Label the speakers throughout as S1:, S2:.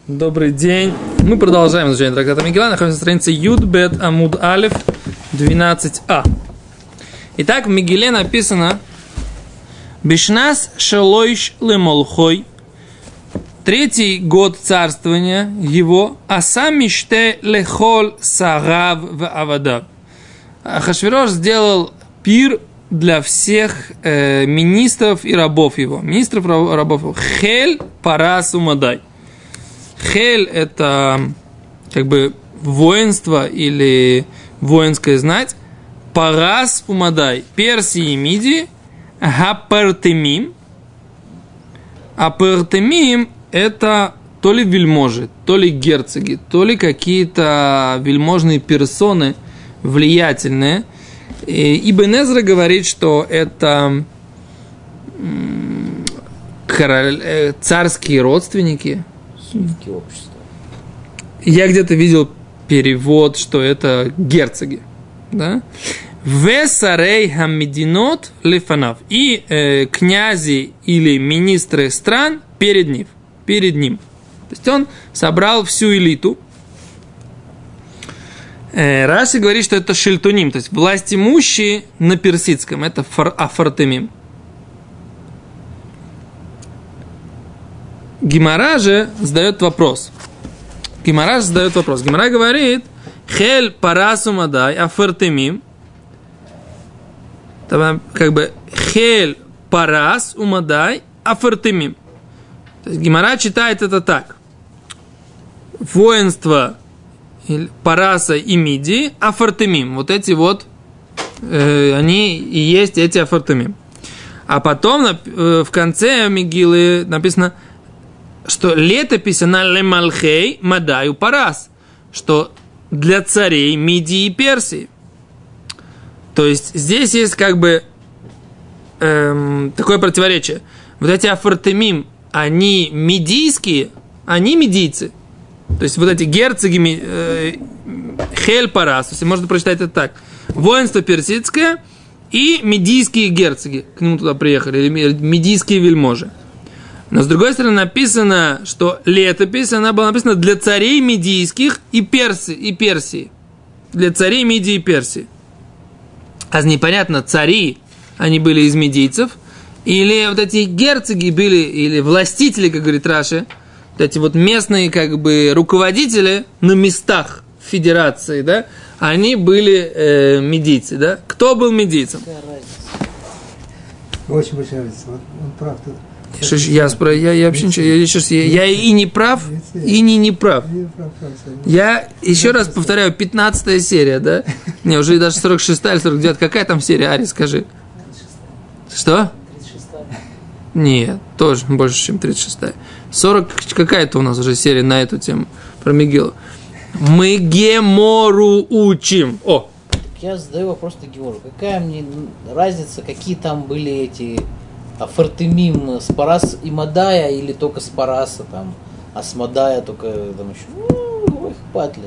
S1: Добрый день. Мы продолжаем изучение трактата Мегилла. Находимся на странице Юд Бет Амуд Алеф 12а. Итак, в Мегилле написано Бишнас Шалойш Лемолхой, третий год царствования его, Асамиште Лехол Сарав в Авада. Ахашвирош сделал пир для всех министров и рабов его. Министров и рабов его. Хель Парас Умадай. Хель – это как бы воинство или воинская знать. Парас Умадай. Персии и Мидии. Гапартемим. Апартемим – это то ли вельможи, то ли герцоги, то ли какие-то вельможные персоны влиятельные. Ибн Эзра говорит, что это царские родственники. Я где-то видел перевод, что это герцоги. Да? Весарей хамединот лефанав. И князи или министры стран перед ним. То есть он собрал всю элиту. Раши говорит, что это шельтуним, то есть власть имущие на персидском, это афартемим. Гемара же задает вопрос. Гемара говорит, хель парасу мадай афартемим. Как бы хель парас умадай афартемим. То есть Гемара читает это так. Воинство Параса и Мидии, Афартемим. Вот эти вот, они и есть эти Афартемим. А потом в конце Мегиллы написано, что летопись она лемалхей мадаю Парас, что для царей Мидии и Персии. То есть здесь есть как бы такое противоречие. Вот эти Афартемим, они медийские, они медийцы. То есть вот эти герцоги Хель Парас, если можно прочитать это так. Воинство персидское и медийские герцоги к нему туда приехали, или медийские вельможи. Но с другой стороны написано, что летопись, она была написана для царей медийских и Персии. Для царей Мидии и Персии. А непонятно, цари, они были из медийцев, или вот эти герцоги были, или властители, как говорит Раши, вот эти вот местные как бы руководители на местах федерации, да, они были медийцы, да. Кто был медийцем?
S2: Очень большая разница. Он прав тут.
S1: Я вообще ничего. Я и не прав, и не прав. Я еще раз повторяю, 15-я серия, да? Не, уже даже 46-я или 49-я. Какая там серия, Ари, скажи? 36-я. Что? 36-я. Нет, тоже больше, чем 36-я. 40, какая-то у нас уже серия на эту тему про Мегиллу. Мы Гемору учим. О!
S3: Я задаю вопрос Гемору. Какая мне разница, какие там были эти Афартемим с Парас и Мадая, или только с Параса там, а с Мадая только там еще. Их патли.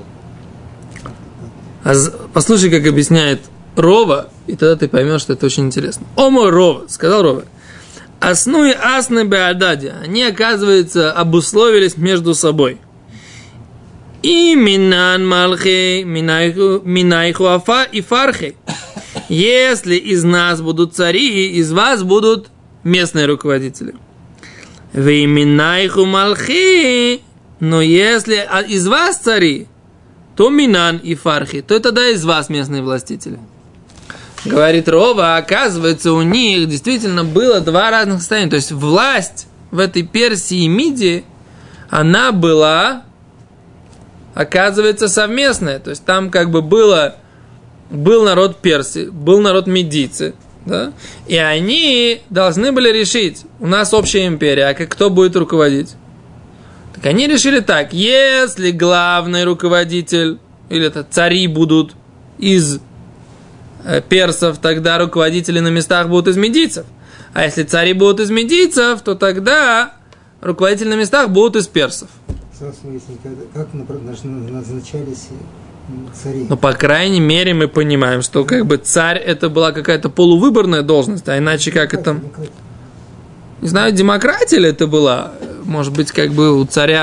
S1: Послушай, как объясняет Рова, и тогда ты поймешь, что это очень интересно. Омо Рова, сказал Рова. Асну и асны беадади, они, оказывается, обусловились между собой. И минан малхей, минайху афа и фархей. Если из нас будут цари, из вас будут местные руководители. Вы минайху малхи, но если из вас цари, то минан и фархи, то тогда из вас местные властители. Говорит Рова, оказывается, у них действительно было два разных состояния. То есть власть в этой Персии и Мидии, она была, оказывается, совместная. То есть там как бы был народ Персии, был народ медийцы, да? И они должны были решить, у нас общая империя, а кто будет руководить? Так они решили так, если главный руководитель, или это цари будут из персов, тогда руководители на местах будут из медийцев. А если цари будут из медийцев, то тогда руководители на местах будут из персов.
S2: Как назначались цари?
S1: Но, по крайней мере, мы понимаем, что как бы царь это была какая-то полувыборная должность, а иначе как это... Не знаю, демократия ли это была. Может быть, как бы у царя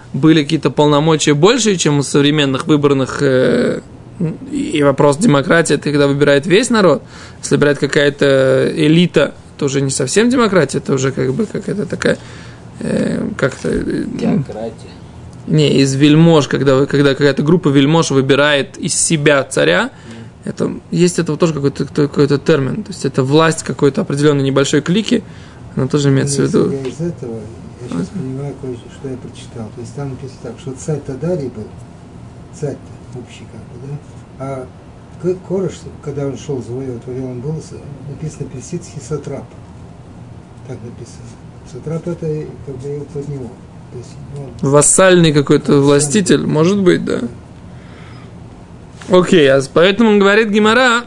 S1: были какие-то полномочия большие, чем у современных выборных. И вопрос демократии, это когда выбирает весь народ. Если выбирает какая-то элита, то уже не совсем демократия, это уже как бы какая-то такая... как-то...
S3: Теократия.
S1: Не, из вельмож, когда какая-то группа вельмож выбирает из себя царя, это, есть этого тоже какой-то термин. То есть это власть какой-то определенной небольшой клики, она тоже имеется в виду.
S2: Из этого я сейчас понимаю, что я прочитал. То есть там написано так, что царь Тадарий был, царь-то общий как бы, да? А Корош, когда он шел завоевать Вавилон, был написано персидский сатрап. Так написано. Сатрап это как бы под него. То есть,
S1: вассальный какой-то властитель, может быть, да. Окей, поэтому говорит Гемара,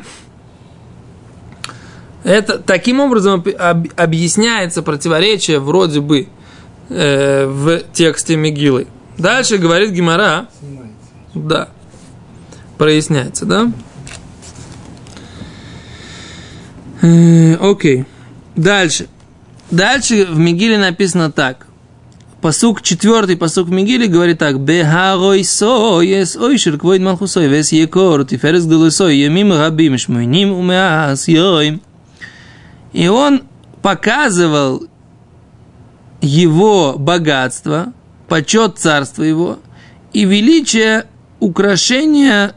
S1: это таким образом объясняется противоречие вроде бы в тексте Мегилы. Дальше говорит Гемара, да, проясняется, да? Окей, дальше в Мегиле написано так. Пасук 4, пасук в Мегиле говорит так: Бехарой со ес ойшер квойд малхусой вес екор тиферес гдулосой ямим рабим шмойним умеас йоим. И он показывал его богатство, почет царства его и величие украшения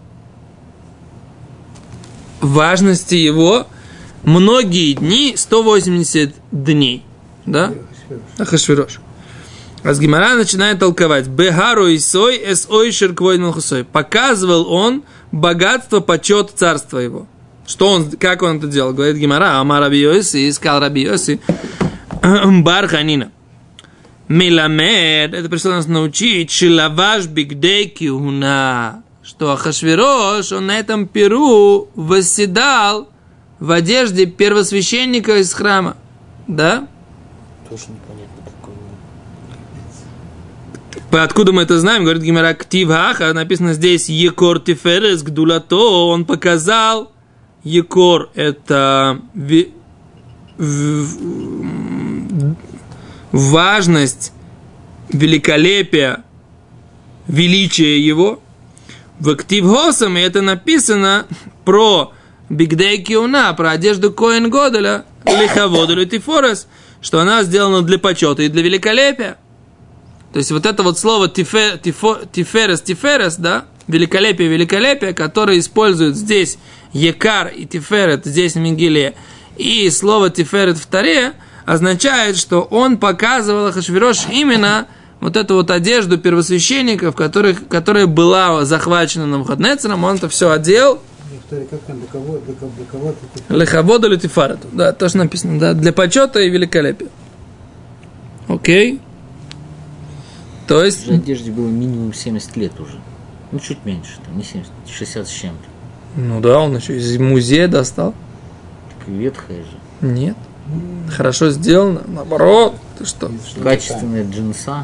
S1: важности его многие дни, 180 дней. Да? Ахашвирош. А с Гемара начинает толковать. Бехару и сой эс ойшер квойд малхусой. Показывал он богатство, почет царства его. Как он это делал? Говорит Гемара, Амар Раби Йоси, искал Раби Йоси, Бар Ханина. Миламед, это пришло нас научить, шилаваш бигдей киуна, что Ахашвирош, он на этом перу восседал в одежде первосвященника из храма. Да?
S3: Тоже непонятно.
S1: Откуда мы это знаем? Говорит Гемара, Ктив Хаха, написано здесь Екор Тиферес Гдулато, он показал Екор, это важность, великолепие, величие его. В Ктив Хосам, и это написано про Бигдей Киуна, про одежду Коэн Годеля, Лихаводелю Тифорес, что она сделана для почета и для великолепия. То есть вот это вот слово тиферес, да, великолепие, которое используют здесь екар и тиферет, здесь в Мегиле, и слово тиферет в Торе, означает, что он показывал Ахашвирош именно вот эту вот одежду первосвященников, которая была захвачена Навуходоносором, он это все одел. Лехаводу или тифарету, да, тоже написано, да, для почета и великолепия. Окей. То есть...
S3: В одежде было минимум 70 лет уже. Ну, чуть меньше, там, не 70, 60 с чем-то.
S1: Ну да, он еще из музея достал.
S3: Так ветхая же.
S1: Нет. Хорошо сделано. Наоборот. Ты что?
S3: Качественная джинса.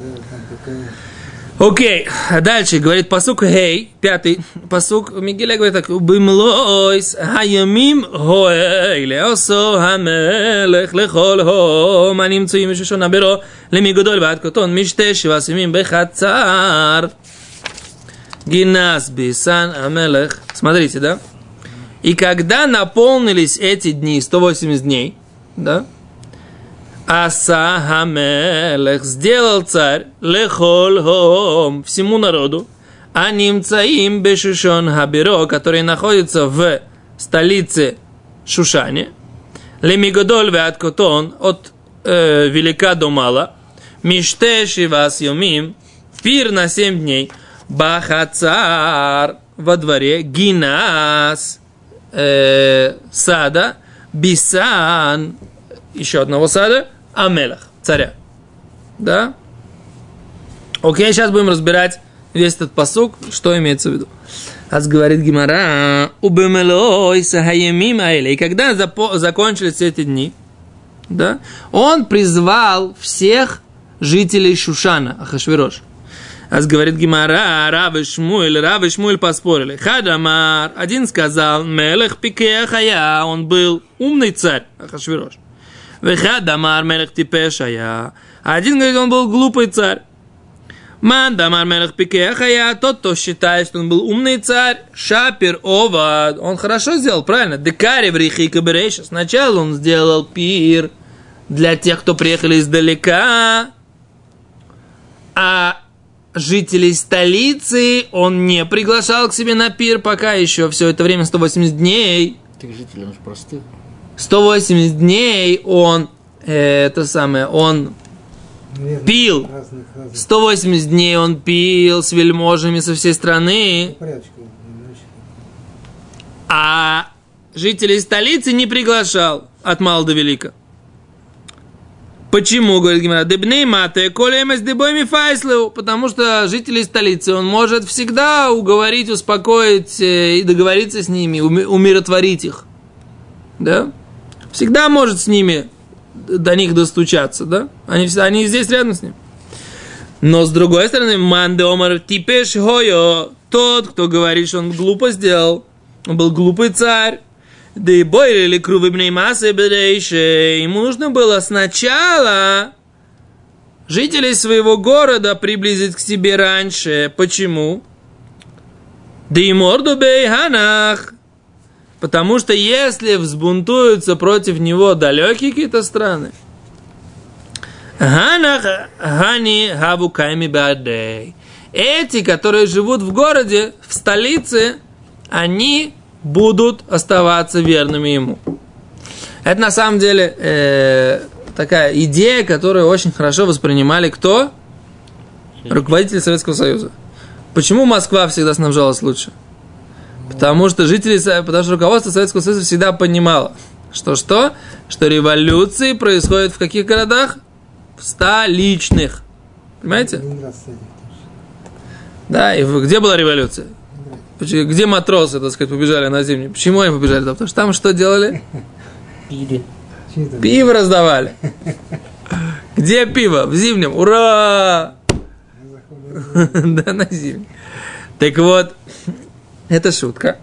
S1: Окей. Дальше говорит пасук Хей, 5 пасук в Мегиле говорит так: Бимлойс хаямим хоэй леосо хамелех лехол хом анимцуим мишешона беро лемигодоль вад котон миште шивас ямим бехацар гинас бисан амелех. Смотрите, да? И когда наполнились эти дни, 180 дней, да? Аса хамелех, сделал царь лехол хом, всему народу, а нимцаим бешишон хабиро, который находится в столице Шушане, лемигодоль веат котон, от велика до мала, миште шивас йомим, пир на 7 дней, бахацар, во дворе, гинас, сада, бисан, еще одного сада, Амелах, царя. Да? Окей, сейчас будем разбирать весь этот пасук, что имеется в виду. Аз говорит Гемара, убемелой сахаямим айле. И когда закончились эти дни, да, он призвал всех жителей Шушана, Ахашвирош. Аз говорит Гемара, Рав и Шмуэль поспорили. Хадамар, один сказал, Мелех пикеахая, он был умный царь, Ахашвирош. Вехадамар Мелех типешая, один говорит, он был глупый царь. Мандамар мелех пикехая, тот, кто считает, что он был умный царь, шапир овад, он хорошо сделал, правильно? Декари в рихи кабереша. Сначала он сделал пир для тех, кто приехали издалека, а жителей столицы он не приглашал к себе на пир, пока еще все это время 180 дней.
S3: Так жители, он же простых.
S1: 180 дней он, он пил. 180 дней он пил с вельможами со всей страны. А жителей столицы не приглашал от мала до велика. Почему, говорит Гемара, дебней мате колемес дебойми файслеу? Потому что жителей столицы он может всегда уговорить, успокоить и договориться с ними, умиротворить их. Да? Всегда может с ними до них достучаться, да? Они здесь рядом с ним. Но с другой стороны, манде омар типеш хойо, тот, кто говорит, что он глупо сделал, он был глупый царь, да и бойли крувыбней массы бедейши, ему нужно было сначала жителей своего города приблизить к себе раньше. Почему? Да и морду бейханах. Потому что если взбунтуются против него далекие какие-то страны, эти, которые живут в городе, в столице, они будут оставаться верными ему. Это на самом деле такая идея, которую очень хорошо воспринимали кто? Руководители Советского Союза. Почему Москва всегда снабжалась лучше? Потому что руководство Советского Союза всегда понимало, что революции происходят в каких городах? В столичных. Понимаете? Да, и где была революция? Где матросы, так сказать, побежали на зимнюю? Почему они побежали? Потому что там что делали? Пиво раздавали. Где пиво? В зимнем. Ура! Да, на зимнем. Так вот, это шутка.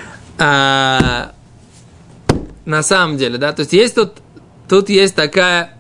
S1: На самом деле, да, то есть есть тут есть такая,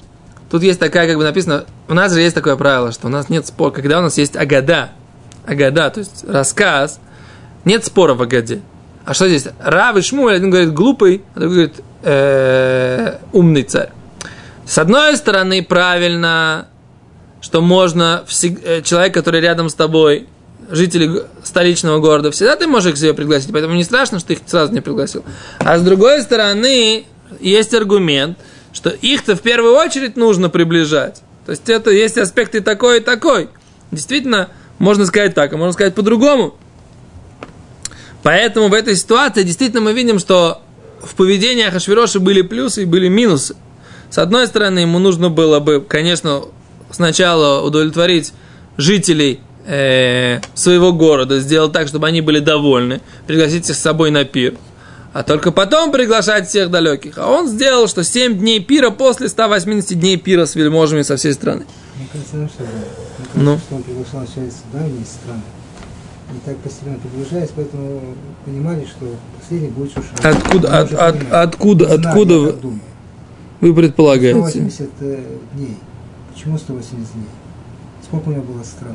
S1: как бы написано, у нас же есть такое правило, что у нас нет спора, когда у нас есть агада, то есть рассказ, нет спора в агаде. А что здесь? Рав и Шмуэль, один говорит глупый, а другой говорит умный царь. С одной стороны, правильно, что можно человек, который рядом с тобой, жители столичного города, всегда ты можешь их к себе пригласить, поэтому не страшно, что ты их сразу не пригласил. А с другой стороны, есть аргумент, что их-то в первую очередь нужно приближать. То есть это есть аспекты такой и такой. Действительно, можно сказать так, а можно сказать по-другому. Поэтому в этой ситуации действительно мы видим, что в поведении Ахашвироша были плюсы и были минусы. С одной стороны, ему нужно было бы, конечно, сначала удовлетворить жителей своего города, сделать так, чтобы они были довольны, пригласить их с собой на пир, а только потом приглашать всех далеких. А он сделал, что 7 дней пира после 180 дней пира с вельможами со всей страны.
S2: Мне кажется, что он приглашал человек с дальней страны. И так постепенно приближаясь, поэтому понимали, что последний будет Шушан. Откуда
S1: вы предполагаете?
S2: 180 дней. Почему 180 дней? Сколько у него было стран?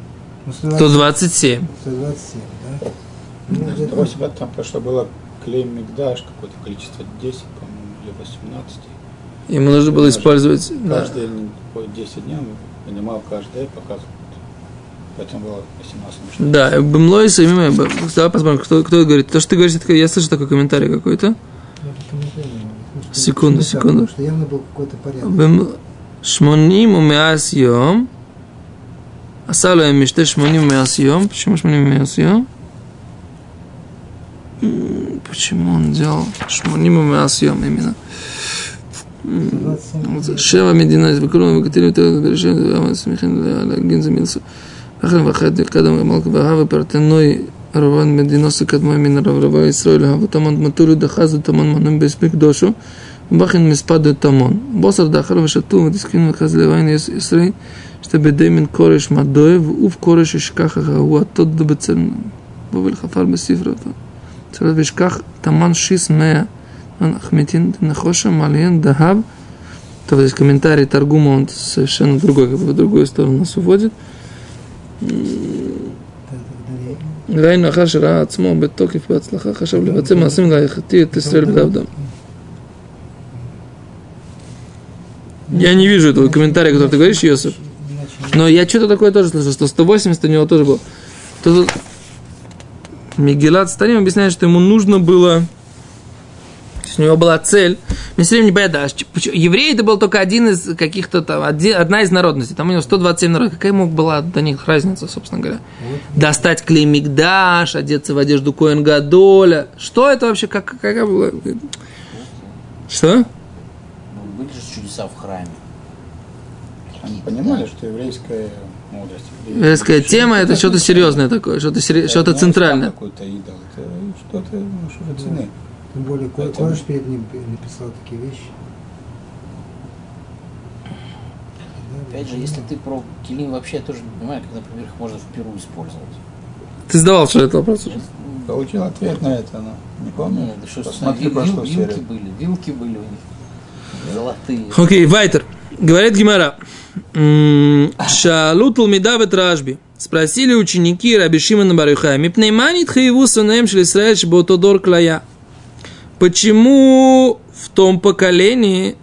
S1: 127.
S2: 127, да?
S4: Ну, 180, там, потому что было клейм Мигдаш, какое-то количество 10, по-моему, или 18.
S1: Ему нужно было использовать...
S4: Каждые 10 дней он понимал каждый, показывал. Поэтому было 18.
S1: Да, Бемлой самим. Давай посмотрим, кто говорит. То, что ты говоришь, я слышу такой комментарий какой-то. Секунду.
S2: Потому что явно был какой-то порядок.
S1: Шмоним умеас йом. Асалу им миште шмоним умеас йом. Почему шмоним умеас йом? Почему он делал шмоним умеас йом именно? Шева медина из Бакруна выкатили решение смехен гинзамилсу. Ахрен вахад кадам малка вахавы партеной рован мединосы кадмой мин раврава Исраиля тамон матуру дахазу тамон манам беспик дошу бахин миспаду тамон босар дахар вешату дискин вахазлевайн Исраиль чтобы деймин кореш мадоев ув кореш ишкаха гауа тот добецен бовел хафар бесифра царат вишках таман шис мея ахметин нахоша малиен дахав. То здесь комментарий Таргума, он совершенно другой, как бы в другую сторону нас уводит. ראינו אחר שראה עצמו בתוקף בהצלחה, חשב לבצע מעשים להחטיא את ישראל בדעתם. Я не вижу этого комментария, который ты говоришь, Йосиф. Но я что-то такое тоже слышал, что 180 у него тоже было. Тут Мегилат Старим объясняет, что ему нужно было... У него была цель. Мне все время не понятно, евреи это был только один из каких-то там, одна из народностей. Там у него 127 народов. Какая ему была до них разница, собственно говоря? Достать клей Микдаш, одеться в одежду Коэн Гадоля. Что это вообще? Какая была? Что?
S3: Ну, были же чудеса в храме.
S4: Они понимали, что еврейская мудрость.
S1: Еврейская тема это что-то серьезное такое, что-то центральное.
S4: Какой-то идол, это что-то цены.
S2: Тем более, Кореш перед ним написал такие вещи.
S3: Опять же, если ты про килим вообще тоже не понимаешь, как, например, их можно в Перу использовать.
S1: Ты задавал, что это вопрос?
S4: Получил ответ на это, но не помню.
S3: Да что,
S4: Посмотри прошлую серию.
S3: Вилки были у них. Золотые.
S1: Окей, Вайтер. Говорит Гемара. Шалу Талмида бет Рашби. Спросили ученики Раби Шимона бар Йохая. Мипнейманит хаеву сонем шел Исраэль шбоотодор клая. Почему в том поколении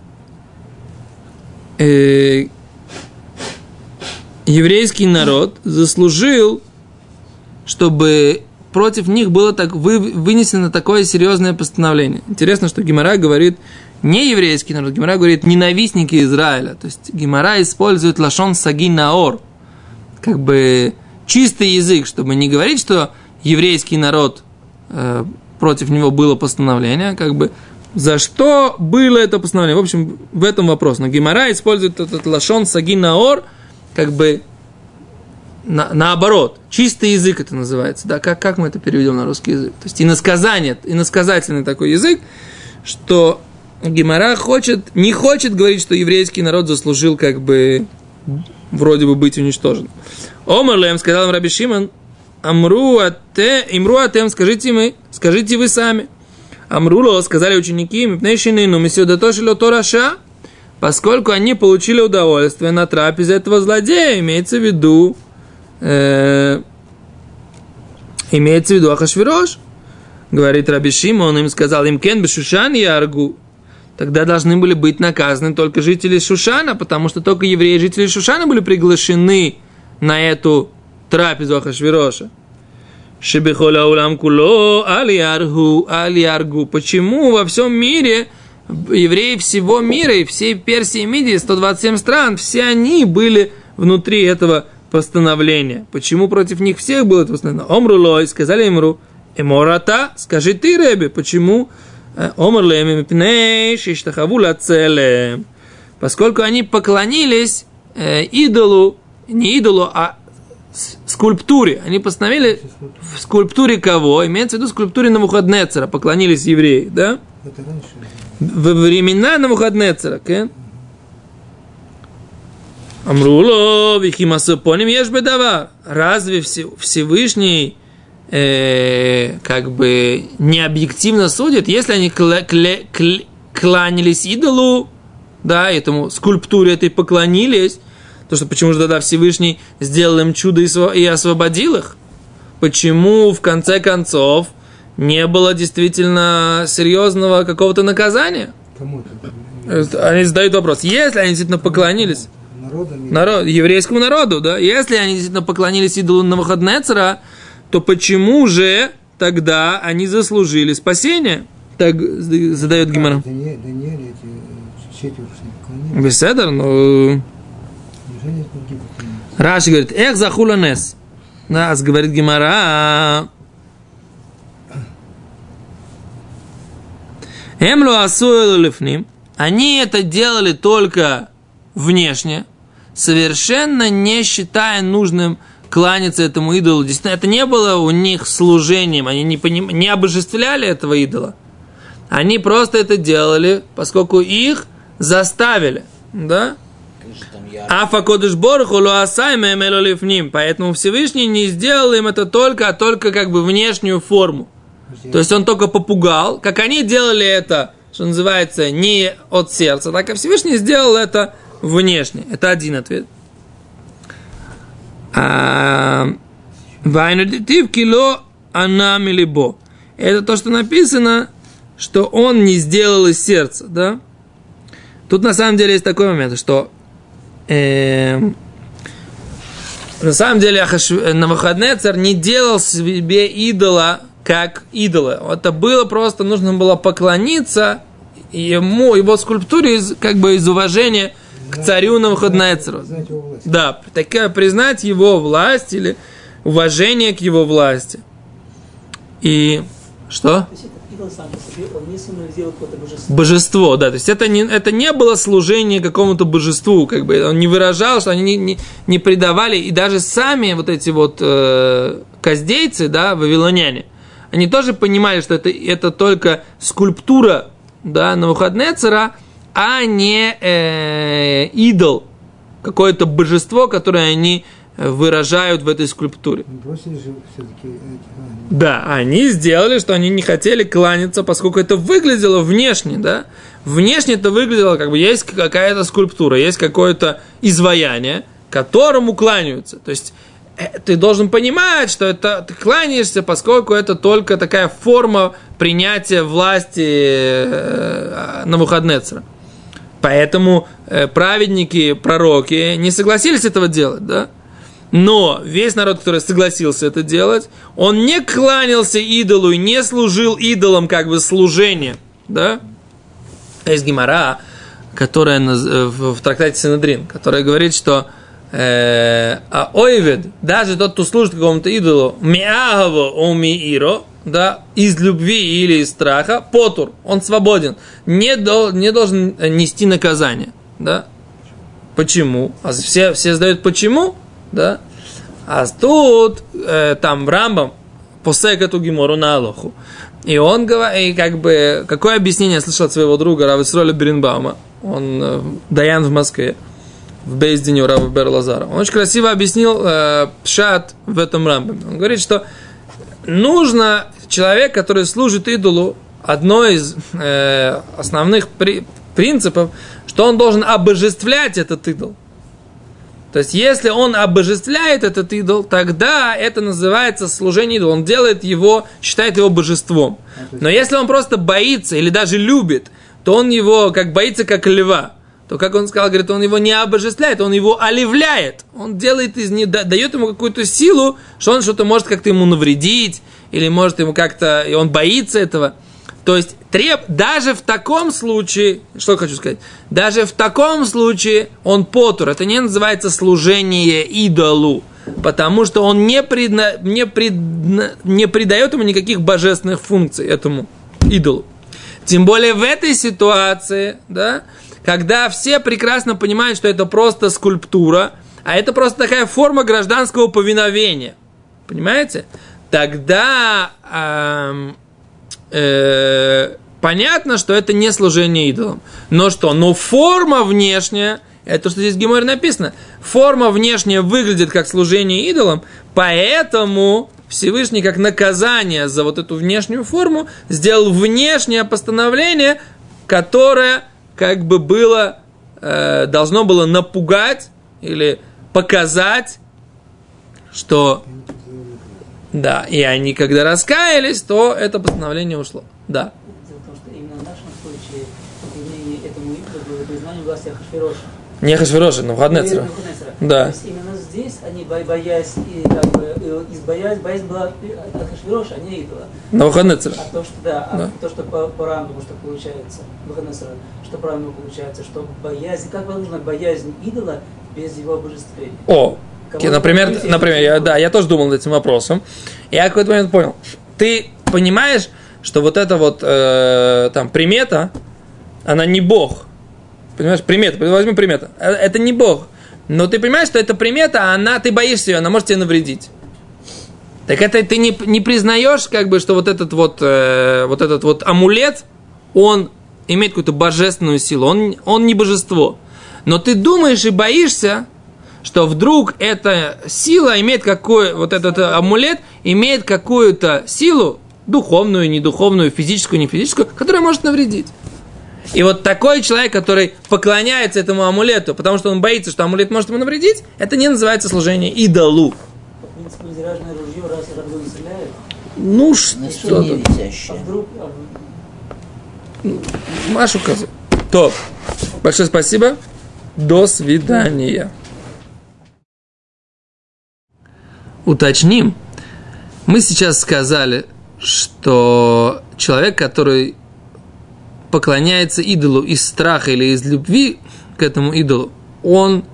S1: еврейский народ заслужил, чтобы против них было так вынесено такое серьезное постановление? Интересно, что Гемара говорит не еврейский народ, Гемара говорит ненавистники Израиля. То есть Гемара использует лашон саги наор, как бы чистый язык, чтобы не говорить, что еврейский народ против него было постановление, как бы за что было это постановление. В общем, в этом вопрос. Но Гемара использует этот лашон саги наор, как бы наоборот. Чистый язык это называется. Да? Как мы это переведем на русский язык? То есть иносказательный такой язык, что Гемара не хочет говорить, что еврейский народ заслужил как бы вроде бы быть уничтожен. Омар лем, сказал им Раби Шимон, имру атем, скажите вы сами. Амруло, сказали ученики, поскольку они получили удовольствие на трапезе этого злодея, имеется в виду Ахашвирош. Говорит Раби Шимон, он им сказал, им кен бешушан яргу. Тогда должны были быть наказаны только жители Шушана, потому что только евреи, жители Шушана были приглашены на эту трапезу Ахашвироша. Шебехоля улам куло аль-яргу. Почему во всем мире евреи всего мира и всей Персии и Мидии, 127 стран, все они были внутри этого постановления? Почему против них всех было это постановление? Омрулой, сказали Имру, эмората, скажи ты, Ребе, почему? Омрлем мипней шиштахаву лацелем. Поскольку они поклонились идолу, не идолу, а скульптуре. Они постановили в скульптуре кого? Имеется в виду скульптуре Навуходнецера. Поклонились евреи, да?
S2: Это раньше.
S1: Во времена Навуходнецера, okay? Амруло, вихимасопоним ешбедава. Разве Всевышний как бы не объективно судит, если они кланялись идолу, да, этому скульптуре этой поклонились, то что почему же тогда Всевышний сделал им чудо и освободил их? Почему в конце концов не было действительно серьезного какого-то наказания?
S2: Кому это?
S1: Они задают вопрос, если они действительно поклонились еврейскому народу, да, если они действительно поклонились идолу Навуходнецера, то почему же тогда они заслужили спасение? Так задает Гемара. Беседер, но... Раши говорит, эх, захуланес. Нас говорит Гемара. Эмлу асуэлу лифним. Они это делали только внешне, совершенно не считая нужным кланяться этому идолу. Действительно, это не было у них служением. Они не обожествляли этого идола. Они просто это делали, поскольку их заставили. Да? Поэтому Всевышний не сделал им это только как бы внешнюю форму. То есть он только попугал. Как они делали это, что называется, не от сердца, так и Всевышний сделал это внешне. Это один ответ. Вайнадитив кило анамилибо. Это то, что написано, что он не сделал из сердца, да? Тут на самом деле есть такой момент, что на самом деле Навуходоносор не делал себе идола как идола. Это было просто, нужно было поклониться ему, его скульптуре, как бы из уважения к царю Навуходоносору. Да, такое признать его власть или уважение к его власти. И что?
S5: Сам по себе, он не символизирует какое-то божество.
S1: Божество, да, то есть это не было служение какому-то божеству, как бы он не выражал, что они не предавали, и даже сами вот эти вот каздейцы, да, вавилоняне, они тоже понимали, что это только скульптура, да, Навуходоносора, а не идол, какое-то божество, которое они выражают в этой скульптуре.
S2: Бросили же все-таки.
S1: Да, они сделали, что они не хотели кланяться, поскольку это выглядело внешне, да. Внешне это выглядело, как бы есть какая-то скульптура, есть какое-то изваяние, которому кланяются. То есть ты должен понимать, что это ты кланяешься, поскольку это только такая форма принятия власти Навуходоносора. Поэтому праведники, пророки не согласились этого делать, да. Но весь народ, который согласился это делать, он не кланялся идолу и не служил идолам как бы служение, да? Есть гемара, которая в трактате Синедрин, которая говорит, что ойвед, даже тот, кто служит какому-то идолу, миагаво омииро, да, из любви или из страха, потур, он свободен, не должен нести наказание, да? Почему? А все задают почему? Да? А тут там Рамбам посек эту гемору на Алоху. И он говорит, как бы, какое объяснение я слышал от своего друга Рава Исроэля Бирнбаума, он даян в Москве, в Бейздине у Рава Бер Лазара. Он очень красиво объяснил пшат в этом Рамбаме. Он говорит, что нужно человек, который служит идолу, одно из основных принципов, что он должен обожествлять этот идол. То есть, если он обожествляет этот идол, тогда это называется служение идолу. Он делает его, считает его божеством. Но если он просто боится или даже любит, то он его как боится, как льва. То, как он сказал, говорит, он его не обожествляет, он его оливляет. Он делает из него, дает ему какую-то силу, что он что-то может как-то ему навредить, или может ему как-то, и он боится этого. То есть, даже в таком случае, что хочу сказать, даже в таком случае он потур, это не называется служение идолу, потому что он не придает ему никаких божественных функций, этому идолу. Тем более в этой ситуации, да, когда все прекрасно понимают, что это просто скульптура, а это просто такая форма гражданского повиновения, понимаете? Тогда понятно, что это не служение идолам. Но что? Но форма внешняя, это что здесь в Геморе написано, форма внешняя выглядит как служение идолам, поэтому Всевышний как наказание за вот эту внешнюю форму сделал внешнее постановление, которое как бы было, должно было напугать или показать, что да, и они когда раскаялись, то это постановление ушло. Да.
S5: Дело в том, что именно в нашем случае поклонение этому идолу было признание власти Ахашвироша.
S1: Не Ахашвироша, но Навуходоносора. Да.
S5: То есть именно здесь они боясь и как бы боязнь была от Ахашвироша, а не идола.
S1: Навуходоносора.
S5: А то, что да. То, что по Рамбаму, что получается, Навуходоносора, что по Рамбаму получается, что боязнь, как возможно боязнь идола без его обожествления?
S1: Например, я тоже думал над этим вопросом. Я в какой-то момент понял. Ты понимаешь, что вот эта вот там примета, она не Бог. Понимаешь, примета, возьми примета. Это не Бог. Но ты понимаешь, что эта примета, ты боишься ее, она может тебе навредить. Так это ты не признаешь, как бы, что вот этот вот амулет, он имеет какую-то божественную силу. Он не божество. Но ты думаешь и боишься, что вдруг эта сила имеет этот амулет имеет какую-то силу, духовную, недуховную, физическую, не физическую, которая может навредить. И вот такой человек, который поклоняется этому амулету, потому что он боится, что амулет может ему навредить, это не называется служение идолу.
S5: В принципе, заряженное ружье
S1: Ну,
S3: На
S1: что
S3: стене
S1: там?
S3: висящая.
S5: Вдруг,
S1: Машу козу. То. Большое спасибо. До свидания. Уточним. Мы сейчас сказали, что человек, который поклоняется идолу из страха или из любви к этому идолу, он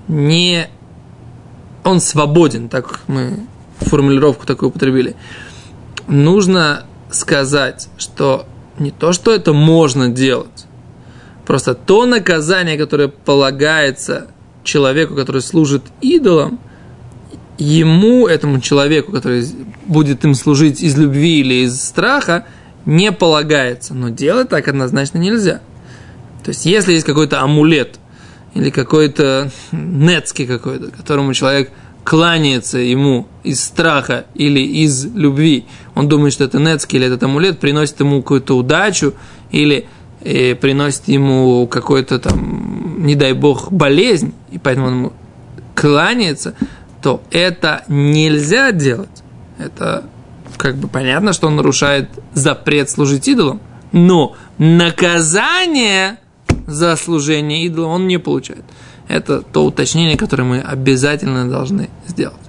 S1: свободен, так мы формулировку такую употребили. Нужно сказать, что не то, что это можно делать, просто то наказание, которое полагается человеку, который служит идолам, ему, этому человеку, который будет им служить из любви или из страха, не полагается. Но делать так однозначно нельзя. То есть, если есть какой-то амулет или какой-то нецкий какой-то, которому человек кланяется ему из страха или из любви, он думает, что это нецкий или этот амулет приносит ему какую-то удачу или приносит ему какой-то там, не дай бог, болезнь, и поэтому он ему кланяется, то это нельзя делать. Это как бы понятно, что он нарушает запрет служить идолам, но наказание за служение идолам он не получает. Это то уточнение, которое мы обязательно должны сделать.